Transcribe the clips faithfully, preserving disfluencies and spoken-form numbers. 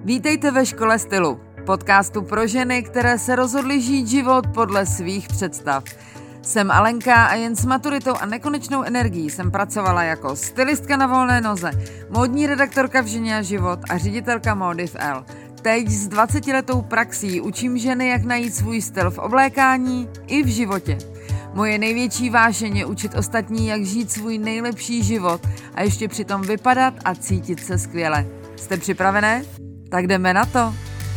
Vítejte ve Škole stylu, podcastu pro ženy, které se rozhodly žít život podle svých představ. Jsem Alenka a jen s maturitou a nekonečnou energií jsem pracovala jako stylistka na volné noze, módní redaktorka v Ženě a život a ředitelka módy v Elle. Teď s dvacetiletou praxí učím ženy, jak najít svůj styl v oblékání i v životě. Moje největší vášeň je učit ostatní, jak žít svůj nejlepší život a ještě přitom vypadat a cítit se skvěle. Jste připravené? Tak jdeme na to.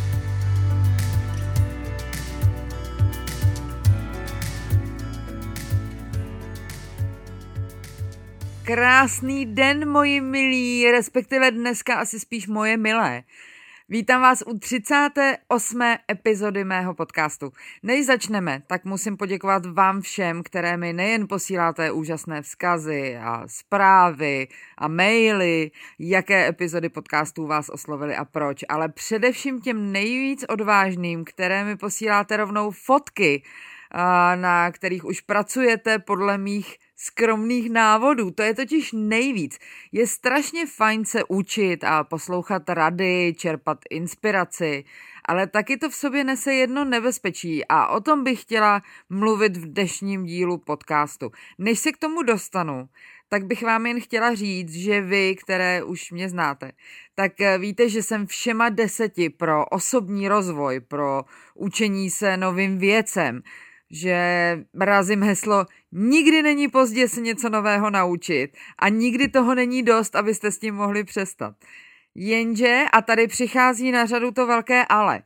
Krásný den, moji milí, respektive dneska asi spíš moje milé. Vítám vás u třicáté osmé epizody mého podcastu. Než začneme, tak musím poděkovat vám všem, které mi nejen posíláte úžasné vzkazy a zprávy a maily, jaké epizody podcastů vás oslovily a proč, ale především těm nejvíc odvážným, které mi posíláte rovnou fotky, na kterých už pracujete podle mých skromných návodů. To je totiž nejvíc. Je strašně fajn se učit a poslouchat rady, čerpat inspiraci, ale taky to v sobě nese jedno nebezpečí a o tom bych chtěla mluvit v dnešním dílu podcastu. Než se k tomu dostanu, tak bych vám jen chtěla říct, že vy, které už mě znáte, tak víte, že jsem všema deseti pro osobní rozvoj, pro učení se novým věcem, že razím heslo nikdy není pozdě se něco nového naučit a nikdy toho není dost, abyste s tím mohli přestat. Jenže, a tady přichází na řadu to velké ale,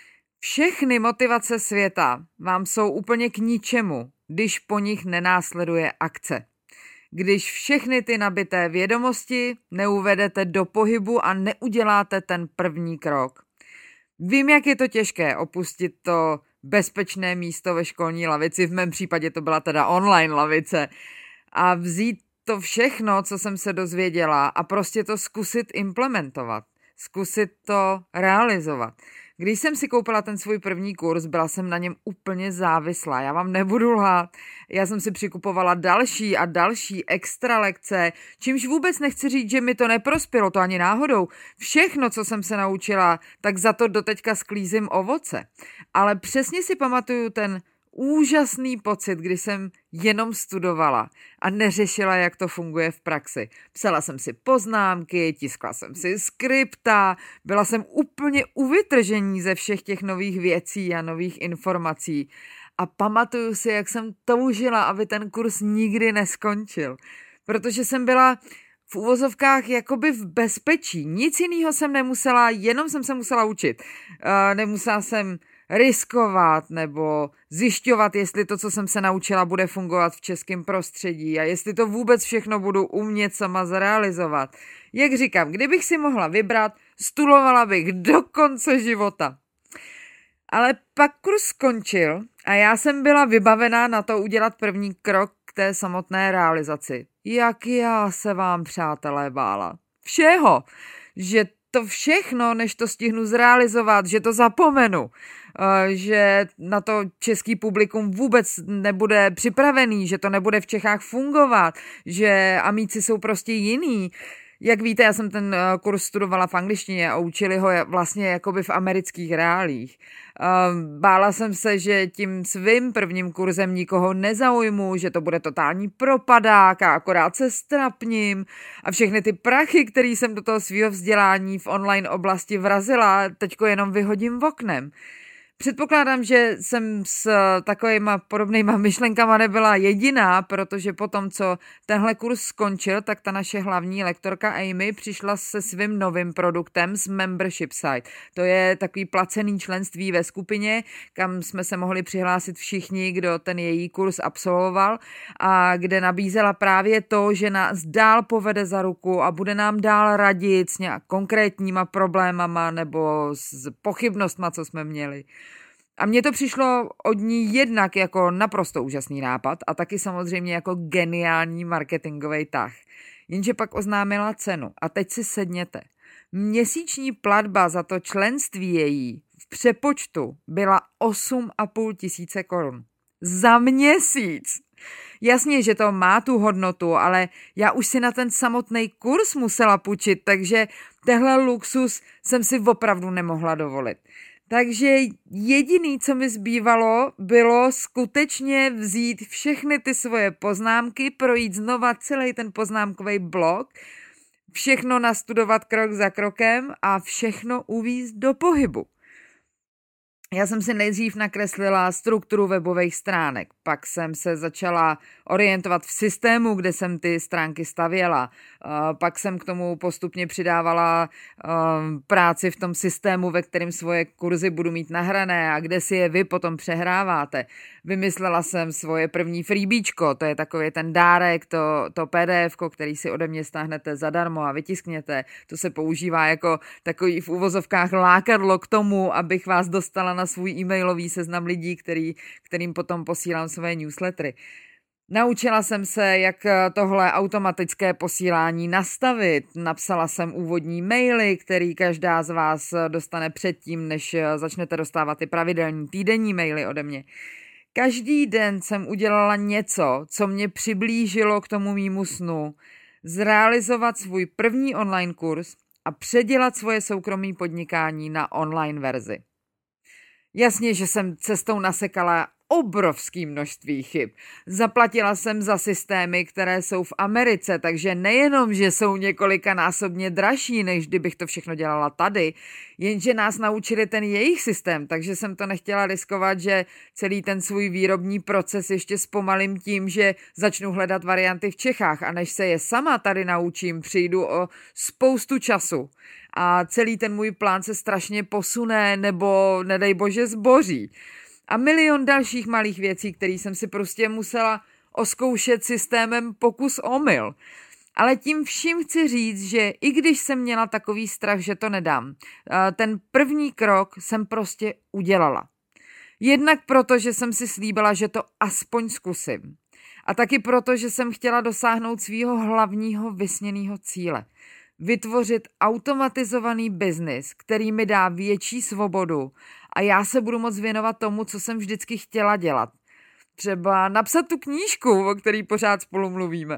všechny motivace světa vám jsou úplně k ničemu, když po nich nenásleduje akce. Když všechny ty nabité vědomosti neuvedete do pohybu a neuděláte ten první krok. Vím, jak je to těžké opustit to bezpečné místo ve školní lavici, v mém případě to byla teda online lavice, a vzít to všechno, co jsem se dozvěděla a prostě to zkusit implementovat, zkusit to realizovat. Když jsem si koupila ten svůj první kurz, byla jsem na něm úplně závislá, já vám nebudu lhát. Já jsem si přikupovala další a další extra lekce, čímž vůbec nechci říct, že mi to neprospělo, to ani náhodou. Všechno, co jsem se naučila, tak za to doteďka sklízím ovoce. Ale přesně si pamatuju ten úžasný pocit, kdy jsem jenom studovala a neřešila, jak to funguje v praxi. Psala jsem si poznámky, tiskla jsem si skripta, byla jsem úplně u vytržení ze všech těch nových věcí a nových informací. A pamatuju si, jak jsem toužila, aby ten kurz nikdy neskončil. Protože jsem byla v uvozovkách jakoby v bezpečí. Nic jiného jsem nemusela, jenom jsem se musela učit. Uh, nemusela jsem riskovat nebo zjišťovat, jestli to, co jsem se naučila, bude fungovat v českém prostředí a jestli to vůbec všechno budu umět sama zrealizovat. Jak říkám, kdybych si mohla vybrat, studovala bych do konce života. Ale pak kurz skončil a já jsem byla vybavená na to udělat první krok k té samotné realizaci. Jak já se vám, přátelé, bála. Všeho. Že to všechno, než to stihnu zrealizovat, že to zapomenu, že na to český publikum vůbec nebude připravený, že to nebude v Čechách fungovat, že amíci jsou prostě jiný. Jak víte, já jsem ten kurz studovala v angličtině a učili ho vlastně jakoby v amerických reálích. Bála jsem se, že tím svým prvním kurzem nikoho nezaujmu, že to bude totální propadák a akorát se strapním a všechny ty prachy, které jsem do toho svého vzdělání v online oblasti vrazila, teďko jenom vyhodím oknem. Předpokládám, že jsem s takovýma podobnýma myšlenkama nebyla jediná, protože potom, co tenhle kurz skončil, tak ta naše hlavní lektorka Amy přišla se svým novým produktem z Membership Site. To je takový placený členství ve skupině, kam jsme se mohli přihlásit všichni, kdo ten její kurz absolvoval a kde nabízela právě to, že nás dál povede za ruku a bude nám dál radit s nějak konkrétníma problémama nebo s pochybnostma, co jsme měli. A mně to přišlo od ní jednak jako naprosto úžasný nápad a taky samozřejmě jako geniální marketingový tah. Jenže pak oznámila cenu a teď si sedněte. Měsíční platba za to členství její v přepočtu byla osm a půl tisíce korun. Za měsíc. Jasně, že to má tu hodnotu, ale já už si na ten samotný kurz musela půjčit, takže tehle luxus jsem si opravdu nemohla dovolit. Takže jediný, co mi zbývalo, bylo skutečně vzít všechny ty svoje poznámky, projít znova celý ten poznámkový blok, všechno nastudovat krok za krokem a všechno uvést do pohybu. Já jsem si nejdřív nakreslila strukturu webových stránek, pak jsem se začala orientovat v systému, kde jsem ty stránky stavěla, pak jsem k tomu postupně přidávala práci v tom systému, ve kterém svoje kurzy budu mít nahrané a kde si je vy potom přehráváte. Vymyslela jsem svoje první freebíčko, to je takový ten dárek, to, to pé dé efko, který si ode mě stáhnete zadarmo a vytiskněte. To se používá jako takový v uvozovkách lákadlo k tomu, abych vás dostala na svůj e-mailový seznam lidí, který, kterým potom posílám své newslettery. Naučila jsem se, jak tohle automatické posílání nastavit. Napsala jsem úvodní maily, který každá z vás dostane předtím, než začnete dostávat ty pravidelní týdenní maily ode mě. Každý den jsem udělala něco, co mě přiblížilo k tomu mýmu snu, zrealizovat svůj první online kurz a předělat svoje soukromé podnikání na online verzi. Jasně, že jsem cestou nasekala obrovské množství chyb. Zaplatila jsem za systémy, které jsou v Americe, takže nejenom, že jsou několikanásobně dražší, než kdybych to všechno dělala tady, jenže nás naučili ten jejich systém, takže jsem to nechtěla riskovat, že celý ten svůj výrobní proces ještě zpomalím tím, že začnu hledat varianty v Čechách a než se je sama tady naučím, přijdu o spoustu času a celý ten můj plán se strašně posune nebo nedej bože zboří. A milion dalších malých věcí, které jsem si prostě musela oskoušet systémem pokus omyl. Ale tím vším chci říct, že i když jsem měla takový strach, že to nedám, ten první krok jsem prostě udělala. Jednak proto, že jsem si slíbila, že to aspoň zkusím. A taky proto, že jsem chtěla dosáhnout svého hlavního vysněného cíle. Vytvořit automatizovaný biznis, který mi dá větší svobodu a já se budu moct věnovat tomu, co jsem vždycky chtěla dělat. Třeba napsat tu knížku, o který pořád spolu mluvíme.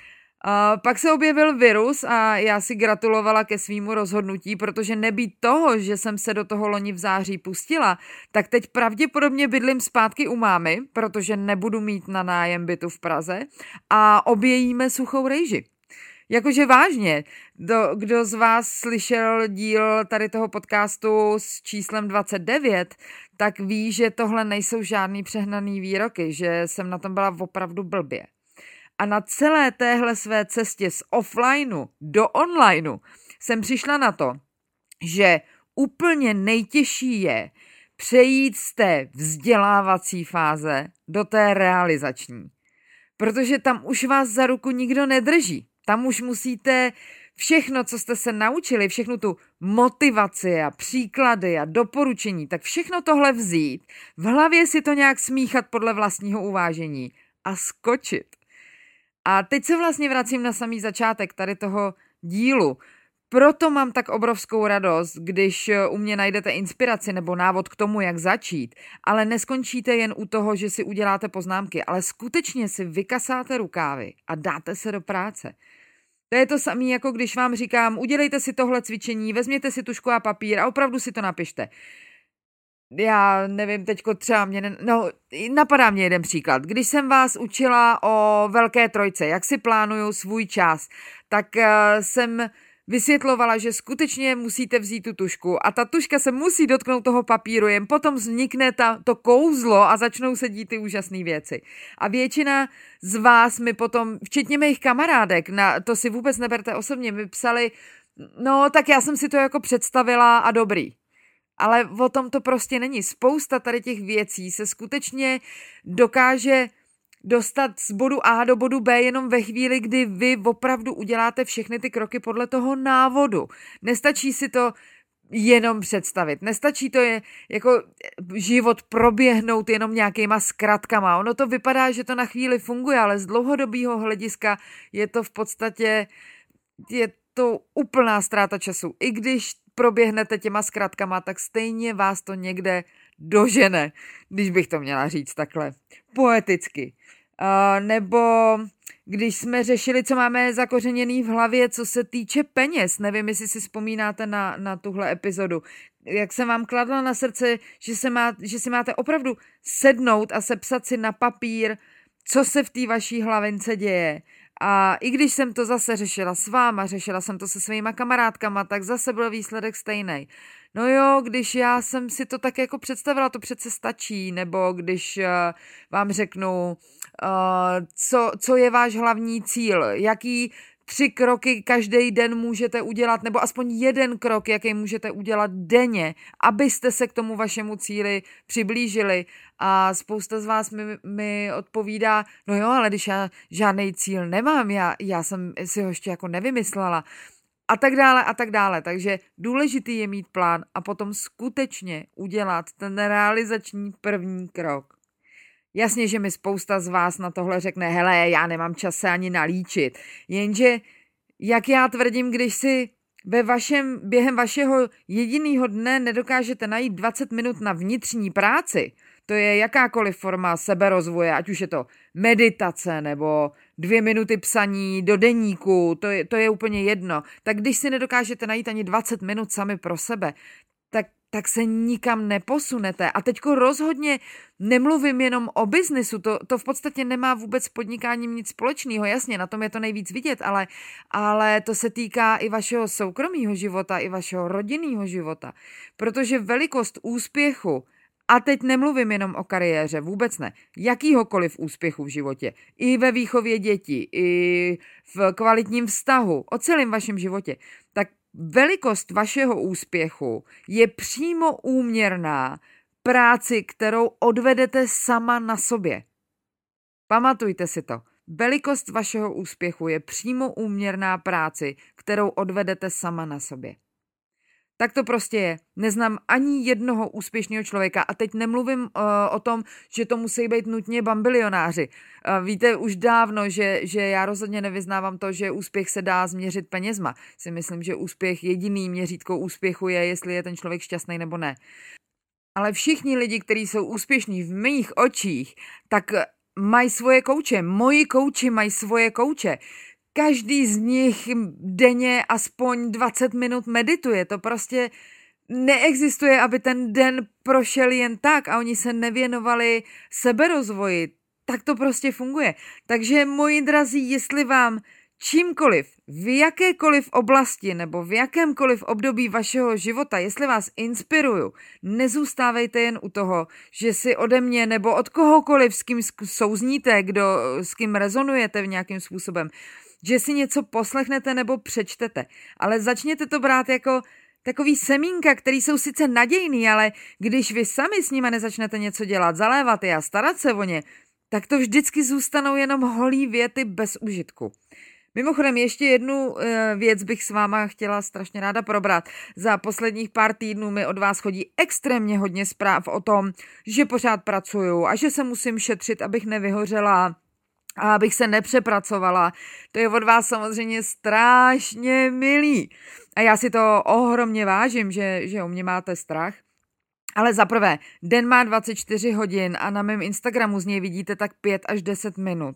A pak se objevil virus a já si gratulovala ke svýmu rozhodnutí, protože nebýt toho, že jsem se do toho loni v září pustila, tak teď pravděpodobně bydlím zpátky u mámy, protože nebudu mít na nájem bytu v Praze a obějíme suchou rejži. Jakože vážně, do, kdo z vás slyšel díl tady toho podcastu s číslem dvacet devět, tak ví, že tohle nejsou žádný přehnaný výroky, že jsem na tom byla opravdu blbě. A na celé téhle své cestě z offlineu do onlineu jsem přišla na to, že úplně nejtěžší je přejít z té vzdělávací fáze do té realizační. Protože tam už vás za ruku nikdo nedrží. Tam už musíte všechno, co jste se naučili, všechnu tu motivaci a příklady a doporučení, tak všechno tohle vzít, v hlavě si to nějak smíchat podle vlastního uvážení a skočit. A teď se vlastně vracím na samý začátek tady toho dílu. Proto mám tak obrovskou radost, když u mě najdete inspiraci nebo návod k tomu, jak začít, ale neskončíte jen u toho, že si uděláte poznámky, ale skutečně si vykasáte rukávy a dáte se do práce. To je to samé, jako když vám říkám, udělejte si tohle cvičení, vezměte si tužku a papír a opravdu si to napište. Já nevím, teďko třeba mě, ne... no, napadá mě jeden příklad. Když jsem vás učila o velké trojce, jak si plánuju svůj čas, tak uh, jsem vysvětlovala, že skutečně musíte vzít tu tužku a ta tužka se musí dotknout toho papíru, jen potom vznikne ta, to kouzlo a začnou se dít ty úžasné věci. A většina z vás mi potom, včetně mých kamarádek, na, to si vůbec neberte osobně, mi psali, no tak já jsem si to jako představila a dobrý. Ale o tom to prostě není. Spousta tady těch věcí se skutečně dokáže dostat z bodu A do bodu B jenom ve chvíli, kdy vy opravdu uděláte všechny ty kroky podle toho návodu. Nestačí si to jenom představit. Nestačí to je jako život proběhnout jenom nějakýma zkratkama. Ono to vypadá, že to na chvíli funguje, ale z dlouhodobého hlediska je to v podstatě je to úplná ztráta času. I když proběhnete těma zkratkama, tak stejně vás to někde dožene, když bych to měla říct takhle poeticky. Uh, nebo když jsme řešili, co máme zakořeněný v hlavě, co se týče peněz. Nevím, jestli si vzpomínáte na, na tuhle epizodu. Jak jsem vám kladla na srdce, že, se má, že si máte opravdu sednout a sepsat si na papír, co se v té vaší hlavince děje. A i když jsem to zase řešila s váma, řešila jsem to se svýma kamarádkama, tak zase byl výsledek stejný. No jo, když já jsem si to tak jako představila, to přece stačí, nebo když uh, vám řeknu, uh, co, co je váš hlavní cíl, jaký tři kroky každý den můžete udělat, nebo aspoň jeden krok, jaký můžete udělat denně, abyste se k tomu vašemu cíli přiblížili. A spousta z vás mi, mi odpovídá, no jo, ale když já žádný cíl nemám, já, já jsem si ho ještě jako nevymyslela. A tak dále, a tak dále. Takže důležitý je mít plán a potom skutečně udělat ten realizační první krok. Jasně, že mi spousta z vás na tohle řekne, hele, já nemám čas se ani nalíčit. Jenže, jak já tvrdím, když si ve vašem, během vašeho jediného dne nedokážete najít dvacet minut na vnitřní práci, to je jakákoliv forma seberozvoje, ať už je to meditace nebo dvě minuty psaní do deníku, to je, to je úplně jedno. Tak když si nedokážete najít ani dvacet minut sami pro sebe, tak, tak se nikam neposunete. A teďko rozhodně nemluvím jenom o biznisu, to, to v podstatě nemá vůbec s podnikáním nic společného, jasně, na tom je to nejvíc vidět, ale, ale to se týká i vašeho soukromého života, i vašeho rodinného života, protože velikost úspěchu, a teď nemluvím jenom o kariéře, vůbec ne, jakýhokoliv úspěchu v životě, i ve výchově dětí, i v kvalitním vztahu, o celém vašem životě, tak velikost vašeho úspěchu je přímo úměrná práci, kterou odvedete sama na sobě. Pamatujte si to. Velikost vašeho úspěchu je přímo úměrná práci, kterou odvedete sama na sobě. Tak to prostě je. Neznám ani jednoho úspěšného člověka a teď nemluvím uh, o tom, že to musí být nutně bambilionáři. Uh, víte už dávno, že, že já rozhodně nevyznávám to, že úspěch se dá změřit penězma. Si myslím, že úspěch, jediný měřítko úspěchu je, jestli je ten člověk šťastný nebo ne. Ale všichni lidi, kteří jsou úspěšní v mých očích, tak mají svoje kouče. Moji kouči mají svoje kouče. Každý z nich denně aspoň dvacet minut medituje. To prostě neexistuje, aby ten den prošel jen tak a oni se nevěnovali seberozvoji. Tak to prostě funguje. Takže moji drazí, jestli vám čímkoliv, v jakékoliv oblasti nebo v jakémkoliv období vašeho života, jestli vás inspiruju, nezůstávejte jen u toho, že si ode mě nebo od kohokoliv, s kým souzníte, kdo, s kým rezonujete v nějakým způsobem, že si něco poslechnete nebo přečtete, ale začněte to brát jako takový semínka, který jsou sice nadějný, ale když vy sami s nima nezačnete něco dělat, zalévat je a starat se o ně, tak to vždycky zůstanou jenom holý věty bez užitku. Mimochodem ještě jednu věc bych s váma chtěla strašně ráda probrat. Za posledních pár týdnů mi od vás chodí extrémně hodně zpráv o tom, že pořád pracuju a že se musím šetřit, abych nevyhořela a abych se nepřepracovala. To je od vás samozřejmě strašně milý. A já si to ohromně vážím, že, že u mě máte strach. Ale zaprvé, den má dvacet čtyři hodin a na mém Instagramu z něj vidíte tak pět až deset minut.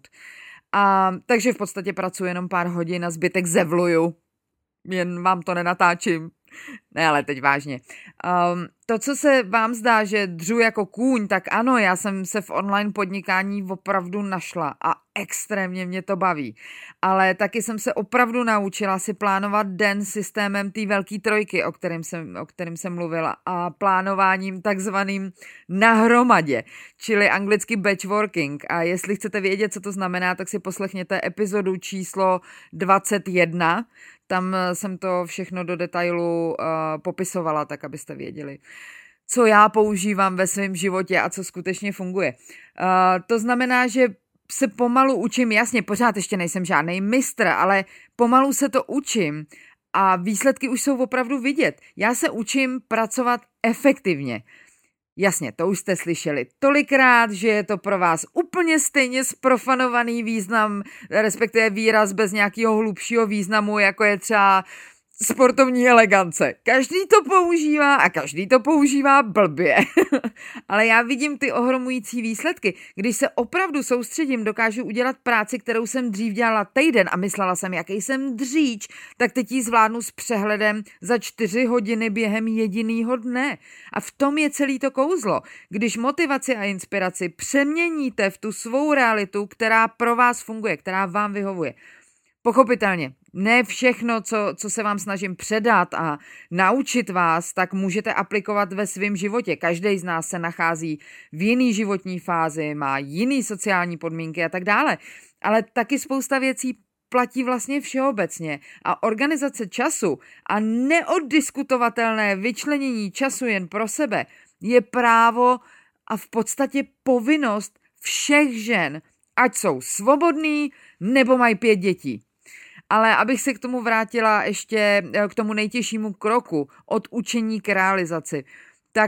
A takže v podstatě pracuji jenom pár hodin a zbytek zevluju. Jen vám to nenatáčím. Ne, ale teď vážně. Um, to, co se vám zdá, že dřu jako kůň, tak ano, já jsem se v online podnikání opravdu našla a extrémně mě to baví. Ale taky jsem se opravdu naučila si plánovat den systémem té velké trojky, o kterém jsem, o kterém jsem mluvila, a plánováním takzvaným nahromadě, čili anglicky batch working. A jestli chcete vědět, co to znamená, tak si poslechněte epizodu číslo dvacet jedna. Tam jsem to všechno do detailu uh, popisovala, tak abyste věděli, co já používám ve svém životě a co skutečně funguje. Uh, to znamená, že se pomalu učím, jasně, pořád ještě nejsem žádný mistr, ale pomalu se to učím a výsledky už jsou opravdu vidět. Já se učím pracovat efektivně. Jasně, to už jste slyšeli tolikrát, že je to pro vás úplně stejně zprofanovaný význam, respektive výraz bez nějakého hlubšího významu, jako je třeba sportovní elegance. Každý to používá a každý to používá blbě. Ale já vidím ty ohromující výsledky. Když se opravdu soustředím, dokážu udělat práci, kterou jsem dřív dělala týden a myslela jsem, jaký jsem dříč, tak teď ji zvládnu s přehledem za čtyři hodiny během jedinýho dne. A v tom je celý to kouzlo. Když motivaci a inspiraci přeměníte v tu svou realitu, která pro vás funguje, která vám vyhovuje. Pochopitelně, ne všechno, co, co se vám snažím předat a naučit vás, tak můžete aplikovat ve svém životě. Každý z nás se nachází v jiný životní fázi, má jiný sociální podmínky a tak dále. Ale taky spousta věcí platí vlastně všeobecně. A organizace času a neoddiskutovatelné vyčlenění času jen pro sebe je právo a v podstatě povinnost všech žen, ať jsou svobodný nebo mají pět dětí. Ale abych se k tomu vrátila ještě k tomu nejtěžšímu kroku od učení k realizaci, tak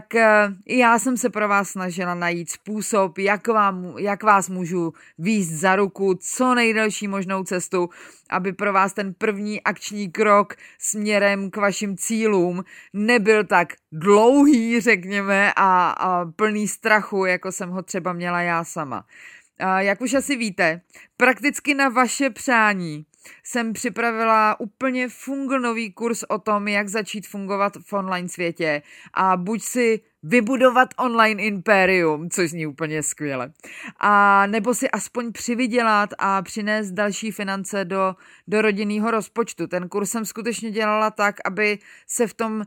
já jsem se pro vás snažila najít způsob, jak, vám, jak vás můžu vést za ruku, co nejdelší možnou cestu, aby pro vás ten první akční krok směrem k vašim cílům nebyl tak dlouhý, řekněme, a, a plný strachu, jako jsem ho třeba měla já sama. A jak už asi víte, prakticky na vaše přání jsem připravila úplně funglnový kurz o tom, jak začít fungovat v online světě a buď si vybudovat online impérium, což zní úplně skvěle, a nebo si aspoň přivydělat a přinést další finance do, do rodinného rozpočtu. Ten kurz jsem skutečně dělala tak, aby se v tom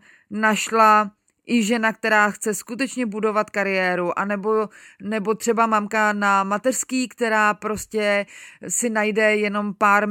našla i žena, která chce skutečně budovat kariéru, anebo, nebo třeba mamka na mateřský, která prostě si najde jenom pár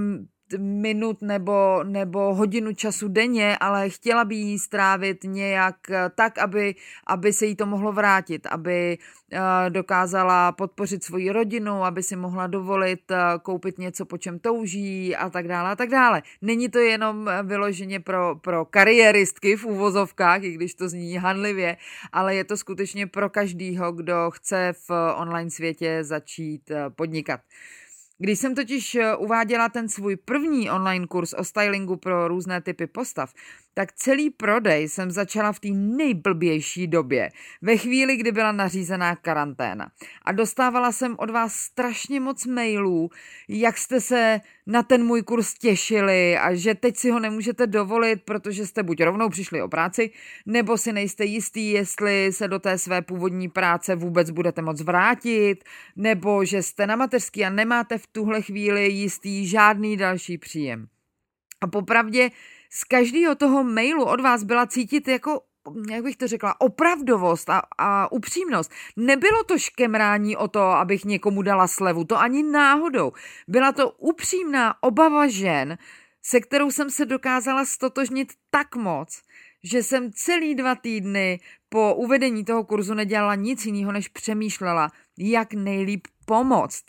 minut nebo, nebo hodinu času denně, ale chtěla by jí strávit nějak tak, aby, aby se jí to mohlo vrátit, aby uh, dokázala podpořit svoji rodinu, aby si mohla dovolit uh, koupit něco, po čem touží a tak dále a tak dále. Není to jenom vyloženě pro, pro kariéristky v úvozovkách, i když to zní hanlivě, ale je to skutečně pro každýho, kdo chce v online světě začít uh, podnikat. Když jsem totiž uváděla ten svůj první online kurz o stylingu pro různé typy postav, tak celý prodej jsem začala v té nejblbější době, ve chvíli, kdy byla nařízená karanténa. A dostávala jsem od vás strašně moc mailů, jak jste se na ten můj kurz těšili a že teď si ho nemůžete dovolit, protože jste buď rovnou přišli o práci, nebo si nejste jistý, jestli se do té své původní práce vůbec budete moc vrátit, nebo že jste na mateřský a nemáte v tuhle chvíli jistý žádný další příjem. A popravdě z každého toho mailu od vás byla cítit jako, jak bych to řekla, opravdovost a, a upřímnost. Nebylo to škemrání o to, abych někomu dala slevu, to ani náhodou. Byla to upřímná obava žen, se kterou jsem se dokázala stotožnit tak moc, že jsem celý dva týdny po uvedení toho kurzu nedělala nic jiného, než přemýšlela, jak nejlíp pomoct.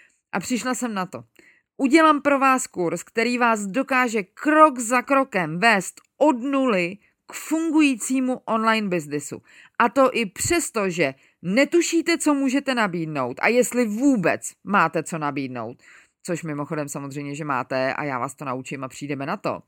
A přišla jsem na to. Udělám pro vás kurz, který vás dokáže krok za krokem vést od nuly k fungujícímu online biznesu. A to i přesto, že netušíte, co můžete nabídnout a jestli vůbec máte co nabídnout. Což mimochodem samozřejmě, že máte a já vás to naučím a přijdeme na to.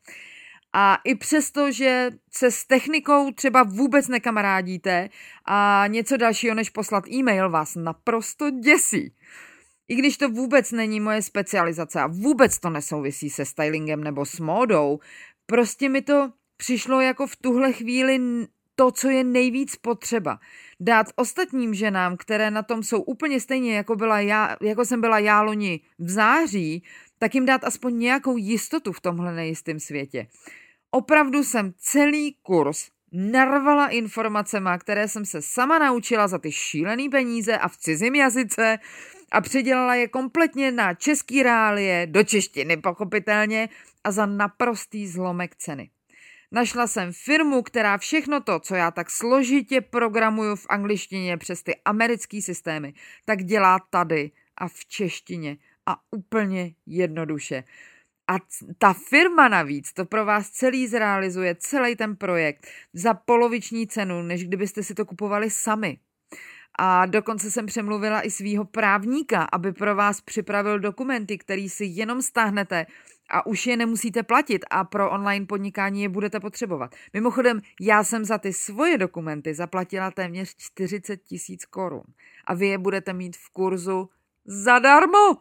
A i přesto, že se s technikou třeba vůbec nekamarádíte a něco dalšího než poslat e-mail vás naprosto děsí. I když to vůbec není moje specializace a vůbec to nesouvisí se stylingem nebo s módou, prostě mi to přišlo jako v tuhle chvíli to, co je nejvíc potřeba. Dát ostatním ženám, které na tom jsou úplně stejně, jako, byla já, jako jsem byla já loni v září, tak jim dát aspoň nějakou jistotu v tomhle nejistém světě. Opravdu jsem celý kurz narvala informacema, které jsem se sama naučila za ty šílený peníze a v cizím jazyce a předělala je kompletně na český reálie, do češtiny pochopitelně a za naprostý zlomek ceny. Našla jsem firmu, která všechno to, co já tak složitě programuju v angličtině přes ty americké systémy, tak dělá tady a v češtině a úplně jednoduše. A ta firma navíc to pro vás celý zrealizuje, celý ten projekt za poloviční cenu, než kdybyste si to kupovali sami. A dokonce jsem přemluvila i svýho právníka, aby pro vás připravil dokumenty, který si jenom stáhnete a už je nemusíte platit a pro online podnikání je budete potřebovat. Mimochodem, já jsem za ty svoje dokumenty zaplatila téměř čtyřicet tisíc korun a vy je budete mít v kurzu zadarmo.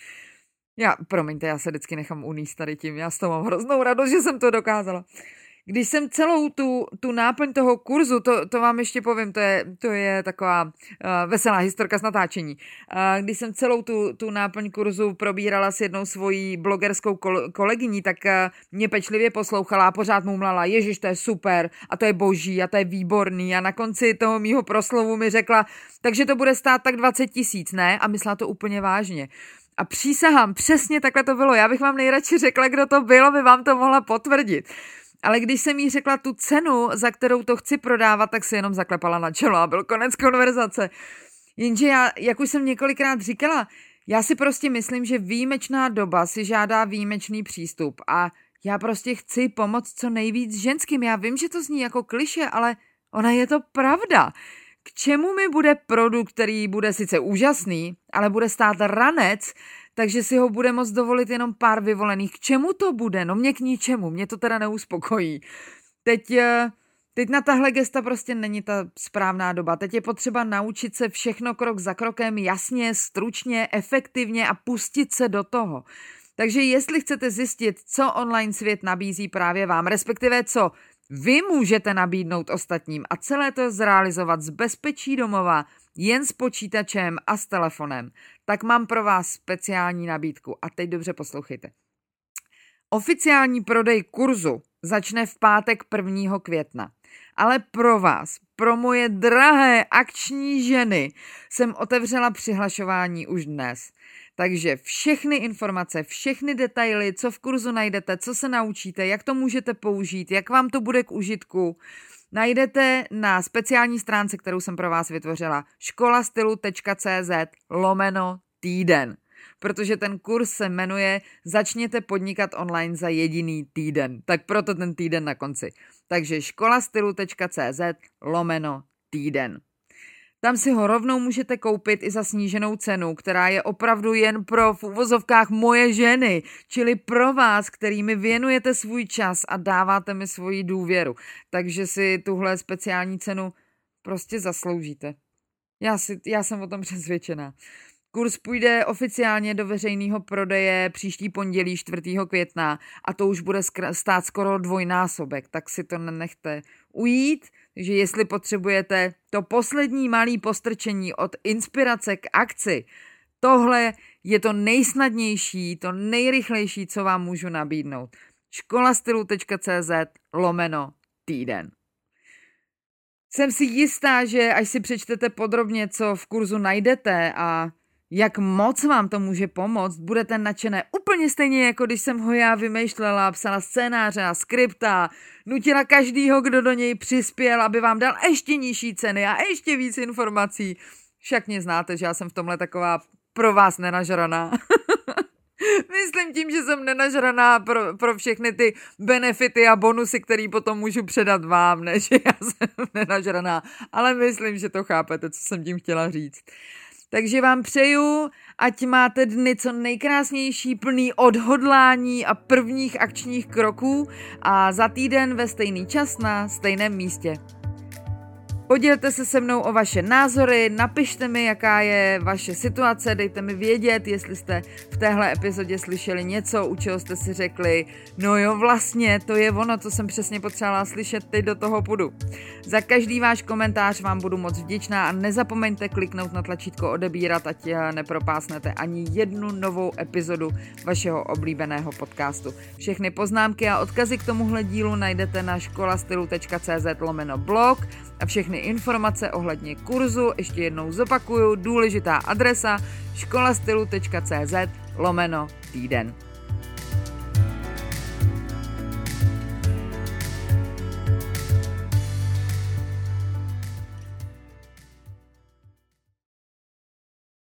Já, promiňte, já se vždycky nechám uníst tady tím, já s toho mám hroznou radost, že jsem to dokázala. Když jsem celou tu, tu náplň toho kurzu, to, to vám ještě povím, to je, to je taková uh, veselá historka z natáčení. Uh, když jsem celou tu, tu náplň kurzu probírala s jednou svojí blogerskou kol, kolegyní, tak uh, mě pečlivě poslouchala a pořád mumlala, ježiš, to je super a to je boží a to je výborný a na konci toho mýho proslovu mi řekla, takže to bude stát tak dvacet tisíc, ne? A myslela to úplně vážně. A přísahám, přesně takhle to bylo. Já bych vám nejradši řekla, kdo to byl, aby vám to mohla potvrdit. Ale když jsem jí řekla tu cenu, za kterou to chci prodávat, tak si jenom zaklepala na čelo a byl konec konverzace. Jenže já, jak už jsem několikrát říkala, já si prostě myslím, že výjimečná doba si žádá výjimečný přístup a já prostě chci pomoct co nejvíc ženským. Já vím, že to zní jako klišé, ale ona je to pravda. K čemu mi bude produkt, který bude sice úžasný, ale bude stát ranec, takže si ho bude moct dovolit jenom pár vyvolených. K čemu to bude? No mě k ničemu, mě to teda neuspokojí. Teď, teď na tahle gesta prostě není ta správná doba. Teď je potřeba naučit se všechno krok za krokem jasně, stručně, efektivně a pustit se do toho. Takže jestli chcete zjistit, co online svět nabízí právě vám, respektive co vy můžete nabídnout ostatním a celé to zrealizovat z bezpečí domova, jen s počítačem a s telefonem, tak mám pro vás speciální nabídku. A teď dobře poslouchejte. Oficiální prodej kurzu začne v pátek prvního května. Ale pro vás, pro moje drahé akční ženy, jsem otevřela přihlašování už dnes. Takže všechny informace, všechny detaily, co v kurzu najdete, co se naučíte, jak to můžete použít, jak vám to bude k užitku, najdete na speciální stránce, kterou jsem pro vás vytvořila, školastylu.cz lomeno týden. Protože ten kurz se jmenuje Začněte podnikat online za jediný týden. Tak proto ten týden na konci. Takže školastylu.cz lomeno týden. Tam si ho rovnou můžete koupit i za sníženou cenu, která je opravdu jen pro v uvozovkách moje ženy, čili pro vás, kterými věnujete svůj čas a dáváte mi svoji důvěru. Takže si tuhle speciální cenu prostě zasloužíte. Já, si, já jsem o tom přesvědčená. Kurz půjde oficiálně do veřejného prodeje příští pondělí čtvrtého května a to už bude stát skoro dvojnásobek, tak si to nenechte ujít, že jestli potřebujete to poslední malé postrčení od inspirace k akci, tohle je to nejsnadnější, to nejrychlejší, co vám můžu nabídnout. školastylu.cz lomeno týden. Jsem si jistá, že až si přečtete podrobně, co v kurzu najdete a jak moc vám to může pomoct, budete nadšené úplně stejně, jako když jsem ho já vymýšlela, psala scénáře a skripta, nutila každýho, kdo do něj přispěl, aby vám dal ještě nižší ceny a ještě víc informací. Však mě znáte, že já jsem v tomhle taková pro vás nenažraná. Myslím tím, že jsem nenažraná pro, pro všechny ty benefity a bonusy, které potom můžu předat vám, než já jsem nenažraná. Ale myslím, že to chápete, co jsem tím chtěla říct. Takže vám přeju, ať máte dny co nejkrásnější, plný odhodlání a prvních akčních kroků a za týden ve stejný čas na stejném místě. Podělte se se mnou o vaše názory, napište mi, jaká je vaše situace, dejte mi vědět, jestli jste v téhle epizodě slyšeli něco, u čeho jste si řekli, no jo, vlastně, to je ono, co jsem přesně potřebovala slyšet, teď do toho půjdu. Za každý váš komentář vám budu moc vděčná a nezapomeňte kliknout na tlačítko odebírat, ať nepropásnete ani jednu novou epizodu vašeho oblíbeného podcastu. Všechny poznámky a odkazy k tomuhle dílu najdete na školastylu.cz lomeno blog a všechny informace ohledně kurzu ještě jednou zopakuju, důležitá adresa školastylu.cz lomeno týden.